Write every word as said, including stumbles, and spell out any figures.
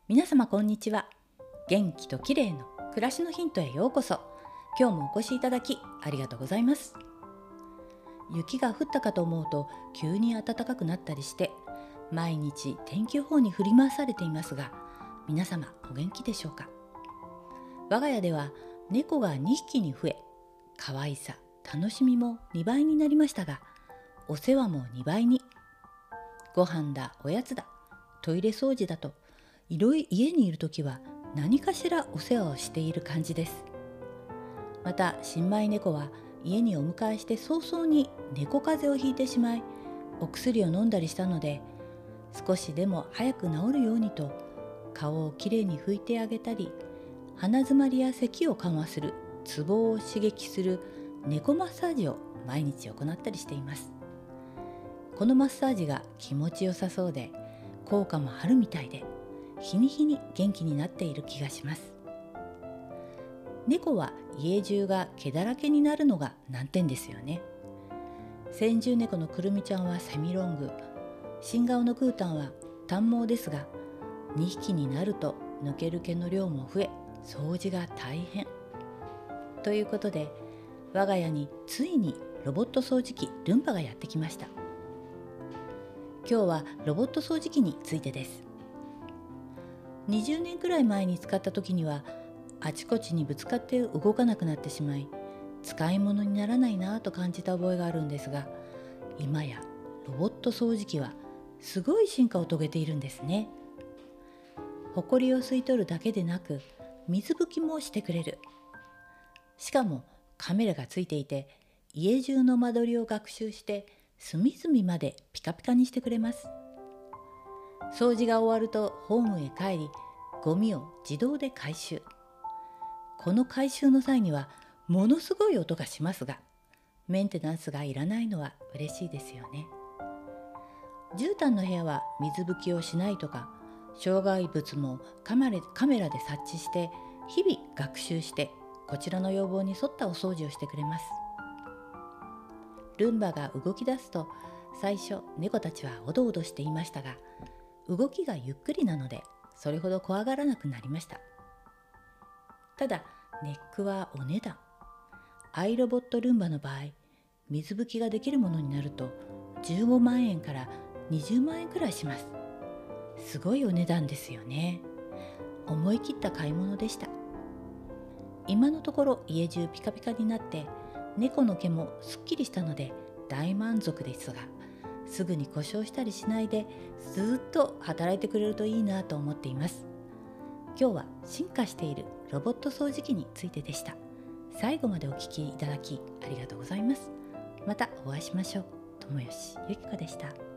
皆様こんにちは。元気と綺麗の暮らしのヒントへようこそ。今日もお越しいただきありがとうございます。雪が降ったかと思うと急に暖かくなったりして、毎日天気予報に振り回されていますが、皆様お元気でしょうか。我が家では猫がにひきに増え、可愛さ楽しみもにばいになりましたが、お世話もにばいに。ご飯だ、おやつだ、トイレ掃除だと、いろいろ家にいるときは何かしらお世話をしている感じです。また新米猫は家にお迎えして早々に猫風邪をひいてしまい、お薬を飲んだりしたので、少しでも早く治るようにと顔をきれいに拭いてあげたり、鼻づまりや咳を緩和するツボを刺激する猫マッサージを毎日行ったりしています。このマッサージが気持ちよさそうで、効果もあるみたいで、日に日に元気になっている気がします。猫は家中が毛だらけになるのが難点ですよね。先住猫のくるみちゃんはセミロング、新顔のクータンは短毛ですが、にひきになると抜ける毛の量も増え、掃除が大変。ということで、我が家についにロボット掃除機ルンバがやってきました。今日はロボット掃除機についてです。にじゅうねんくらい前に使った時には、あちこちにぶつかって動かなくなってしまい、使い物にならないなぁと感じた覚えがあるんですが、今やロボット掃除機はすごい進化を遂げているんですね。ほこりを吸い取るだけでなく、水拭きもしてくれる。しかもカメラがついていて、家中の間取りを学習して隅々までピカピカにしてくれます。掃除が終わるとホームへ帰り、ゴミを自動で回収。この回収の際にはものすごい音がしますが、メンテナンスがいらないのは嬉しいですよね。絨毯の部屋は水拭きをしないとか、障害物もカメラ、カメラで察知して日々学習して、こちらの要望に沿ったお掃除をしてくれます。ルンバが動き出すと、最初猫たちはおどおどしていましたが、動きがゆっくりなのでそれほど怖がらなくなりました。ただネックはお値段。アイロボットルンバの場合、水拭きができるものになるとじゅうごまんえんからにじゅうまんえんくらいします。すごいお値段ですよね。思い切った買い物でした。今のところ家中ピカピカになって、猫の毛もすっきりしたので大満足ですが、すぐに故障したりしないでずっと働いてくれるといいなと思っています。今日は進化しているロボット掃除機についてでした。最後までお聞きいただきありがとうございます。またお会いしましょう。友吉ゆきこでした。